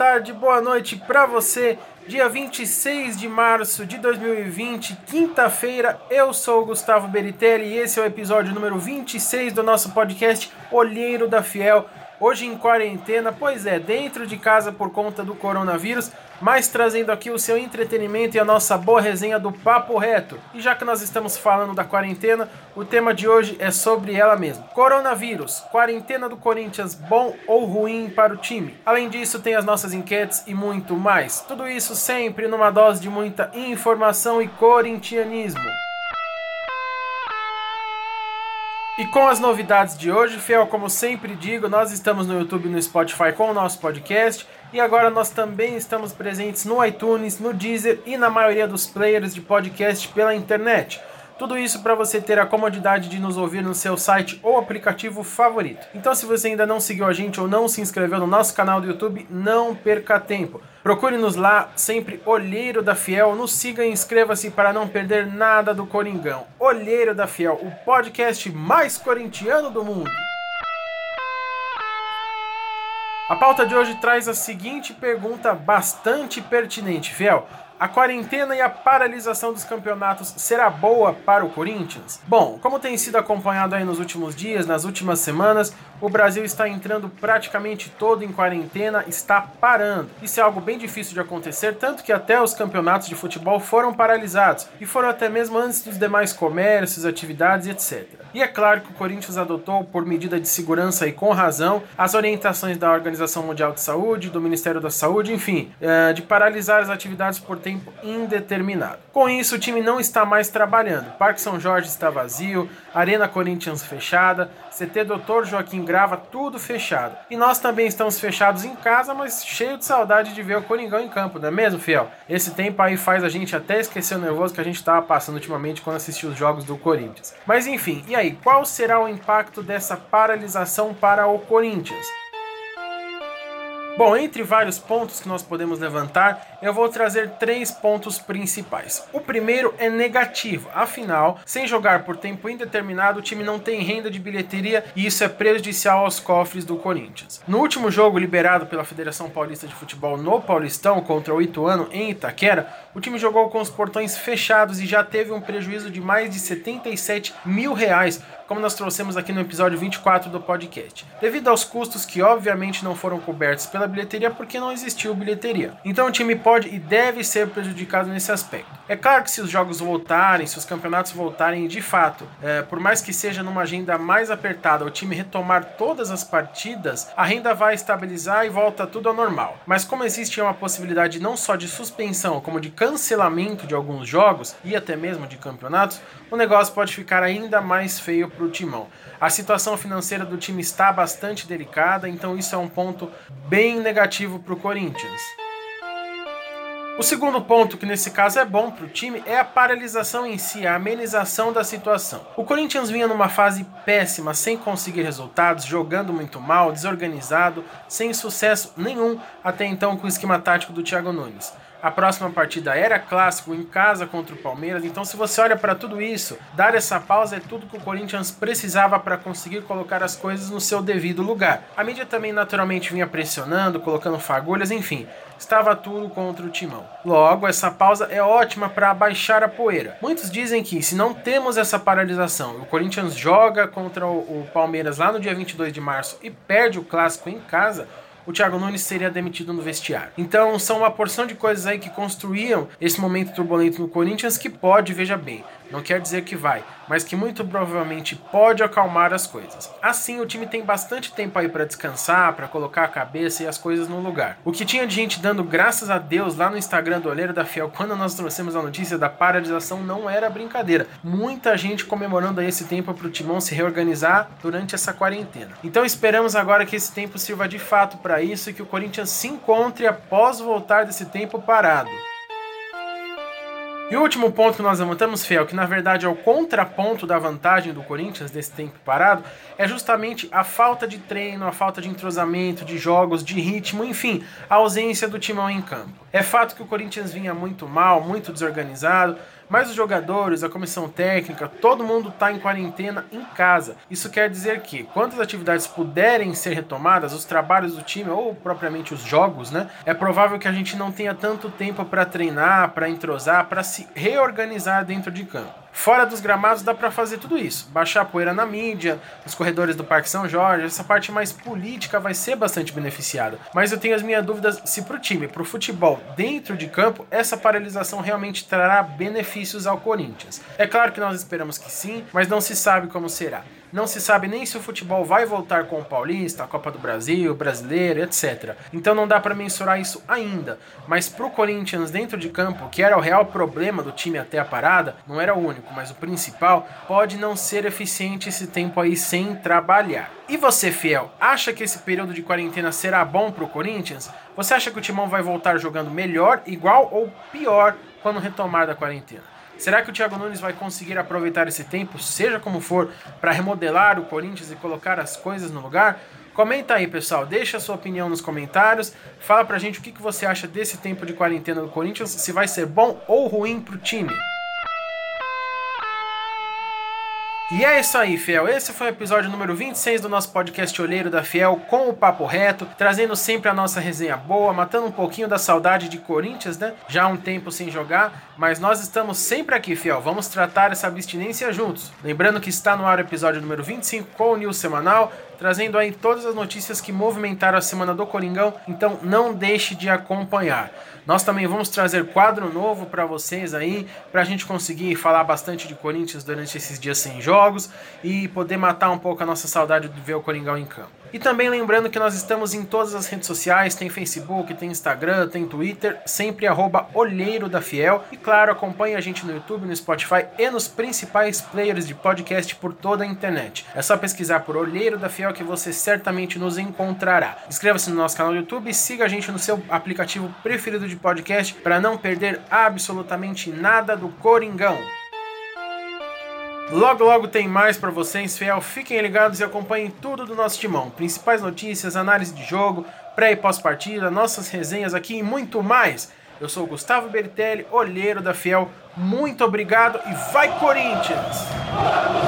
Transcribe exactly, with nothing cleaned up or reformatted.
tarde, boa noite para você. Dia vinte e seis de março de dois mil e vinte, quinta-feira, eu sou o Gustavo Beritelli e esse é o episódio número vinte e seis do nosso podcast Olheiro da Fiel. Hoje em quarentena, pois é, dentro de casa por conta do coronavírus, mas trazendo aqui o seu entretenimento e a nossa boa resenha do Papo Reto. E já que nós estamos falando da quarentena, o tema de hoje é sobre ela mesma. Coronavírus, quarentena do Corinthians, bom ou ruim para o time? Além disso, tem as nossas enquetes e muito mais. Tudo isso sempre numa dose de muita informação e corintianismo. E com as novidades de hoje, Fiel, como sempre digo, nós estamos no YouTube e no Spotify com o nosso podcast. E agora nós também estamos presentes no iTunes, no Deezer e na maioria dos players de podcast pela internet. Tudo isso para você ter a comodidade de nos ouvir no seu site ou aplicativo favorito. Então, se você ainda não seguiu a gente ou não se inscreveu no nosso canal do YouTube, não perca tempo. Procure-nos lá, sempre Olheiro da Fiel. Nos siga e inscreva-se para não perder nada do Coringão. Olheiro da Fiel, o podcast mais corintiano do mundo. A pauta de hoje traz a seguinte pergunta bastante pertinente, Fiel. A quarentena e a paralisação dos campeonatos será boa para o Corinthians? Bom, como tem sido acompanhado aí nos últimos dias, nas últimas semanas, o Brasil está entrando praticamente todo em quarentena, está parando. Isso é algo bem difícil de acontecer, tanto que até os campeonatos de futebol foram paralisados, e foram até mesmo antes dos demais comércios, atividades, etcétera. E é claro que o Corinthians adotou, por medida de segurança e com razão, as orientações da Organização Mundial de Saúde, do Ministério da Saúde, enfim, de paralisar as atividades por tempo tempo indeterminado. Com isso, o time não está mais trabalhando. Parque São Jorge está vazio, Arena Corinthians fechada, C T doutor Joaquim Grava, tudo fechado. E nós também estamos fechados em casa, mas cheio de saudade de ver o Coringão em campo, não é mesmo, Fiel? Esse tempo aí faz a gente até esquecer o nervoso que a gente estava passando ultimamente quando assistiu os jogos do Corinthians. Mas enfim, e aí, qual será o impacto dessa paralisação para o Corinthians? Bom, entre vários pontos que nós podemos levantar, eu vou trazer três pontos principais. O primeiro é negativo, afinal, sem jogar por tempo indeterminado, o time não tem renda de bilheteria e isso é prejudicial aos cofres do Corinthians. No último jogo liberado pela Federação Paulista de Futebol no Paulistão contra o Ituano em Itaquera, o time jogou com os portões fechados e já teve um prejuízo de mais de setenta e sete mil reais, como nós trouxemos aqui no episódio vinte e quatro do podcast, devido aos custos que obviamente não foram cobertos pela bilheteria porque não existiu bilheteria. Então o time pode e deve ser prejudicado nesse aspecto. É claro que se os jogos voltarem, se os campeonatos voltarem de fato, é, por mais que seja numa agenda mais apertada, o time retomar todas as partidas, a renda vai estabilizar e volta tudo ao normal. Mas como existe uma possibilidade não só de suspensão, como de cancelamento de alguns jogos e até mesmo de campeonatos, o negócio pode ficar ainda mais feio para o timão. A situação financeira do time está bastante delicada, então isso é um ponto bem negativo para o Corinthians. O segundo ponto, que nesse caso é bom para o time, é a paralisação em si, a amenização da situação. O Corinthians vinha numa fase péssima, sem conseguir resultados, jogando muito mal, desorganizado, sem sucesso nenhum até então com o esquema tático do Thiago Nunes. A próxima partida era clássico em casa contra o Palmeiras, então se você olha para tudo isso, dar essa pausa é tudo que o Corinthians precisava para conseguir colocar as coisas no seu devido lugar. A mídia também naturalmente vinha pressionando, colocando fagulhas, enfim, estava tudo contra o timão. Logo, essa pausa é ótima para abaixar a poeira. Muitos dizem que se não temos essa paralisação, o Corinthians joga contra o Palmeiras lá no dia vinte e dois de março e perde o clássico em casa, o Thiago Nunes seria demitido no vestiário. Então são uma porção de coisas aí que construíam esse momento turbulento no Corinthians que pode, veja bem, não quer dizer que vai, mas que muito provavelmente pode acalmar as coisas. Assim, o time tem bastante tempo aí para descansar, para colocar a cabeça e as coisas no lugar. O que tinha de gente dando graças a Deus lá no Instagram do Olheiro da Fiel quando nós trouxemos a notícia da paralisação não era brincadeira. Muita gente comemorando aí esse tempo para o timão se reorganizar durante essa quarentena. Então esperamos agora que esse tempo sirva de fato para isso e que o Corinthians se encontre após voltar desse tempo parado. E o último ponto que nós levantamos, Fiel, que na verdade é o contraponto da vantagem do Corinthians desse tempo parado, é justamente a falta de treino, a falta de entrosamento, de jogos, de ritmo, enfim, a ausência do timão em campo. É fato que o Corinthians vinha muito mal, muito desorganizado, Mas os jogadores, a comissão técnica, todo mundo está em quarentena em casa. Isso quer dizer que, quando as atividades puderem ser retomadas, os trabalhos do time ou propriamente os jogos, né, é provável que a gente não tenha tanto tempo para treinar, para entrosar, para se reorganizar dentro de campo. Fora dos gramados dá para fazer tudo isso, baixar a poeira na mídia, nos corredores do Parque São Jorge, essa parte mais política vai ser bastante beneficiada. Mas eu tenho as minhas dúvidas se pro time, pro futebol dentro de campo, essa paralisação realmente trará benefícios ao Corinthians. É claro que nós esperamos que sim, mas não se sabe como será. Não se sabe nem se o futebol vai voltar com o Paulista, a Copa do Brasil, o Brasileiro, etcétera. Então não dá para mensurar isso ainda. Mas pro Corinthians dentro de campo, que era o real problema do time até a parada, não era o único, mas o principal, pode não ser eficiente esse tempo aí sem trabalhar. E você, fiel, acha que esse período de quarentena será bom pro Corinthians? Você acha que o Timão vai voltar jogando melhor, igual ou pior quando retomar da quarentena? Será que o Thiago Nunes vai conseguir aproveitar esse tempo, seja como for, para remodelar o Corinthians e colocar as coisas no lugar? Comenta aí, pessoal, deixa a sua opinião nos comentários, fala pra gente o que você acha desse tempo de quarentena do Corinthians, se vai ser bom ou ruim pro time. E é isso aí, fiel. Esse foi o episódio número vinte e seis do nosso podcast Olheiro da Fiel com o Papo Reto, trazendo sempre a nossa resenha boa, matando um pouquinho da saudade de Corinthians, né? Já há um tempo sem jogar, mas nós estamos sempre aqui, fiel. Vamos tratar essa abstinência juntos. Lembrando que está no ar o episódio número vinte e cinco com o News Semanal, trazendo aí todas as notícias que movimentaram a semana do Coringão, então não deixe de acompanhar. Nós também vamos trazer quadro novo para vocês aí, para a gente conseguir falar bastante de Corinthians durante esses dias sem jogos e poder matar um pouco a nossa saudade de ver o Coringão em campo. E também lembrando que nós estamos em todas as redes sociais, tem Facebook, tem Instagram, tem Twitter, sempre arroba Olheiro da Fiel. E claro, acompanhe a gente no YouTube, no Spotify e nos principais players de podcast por toda a internet. É só pesquisar por Olheiro da Fiel que você certamente nos encontrará. Inscreva-se no nosso canal do YouTube e siga a gente no seu aplicativo preferido de podcast para não perder absolutamente nada do Coringão. Logo, logo tem mais pra vocês, fiel. Fiquem ligados e acompanhem tudo do nosso timão. Principais notícias, análise de jogo, pré e pós-partida, nossas resenhas aqui e muito mais. Eu sou o Gustavo Bertelli, Olheiro da Fiel. Muito obrigado e vai Corinthians!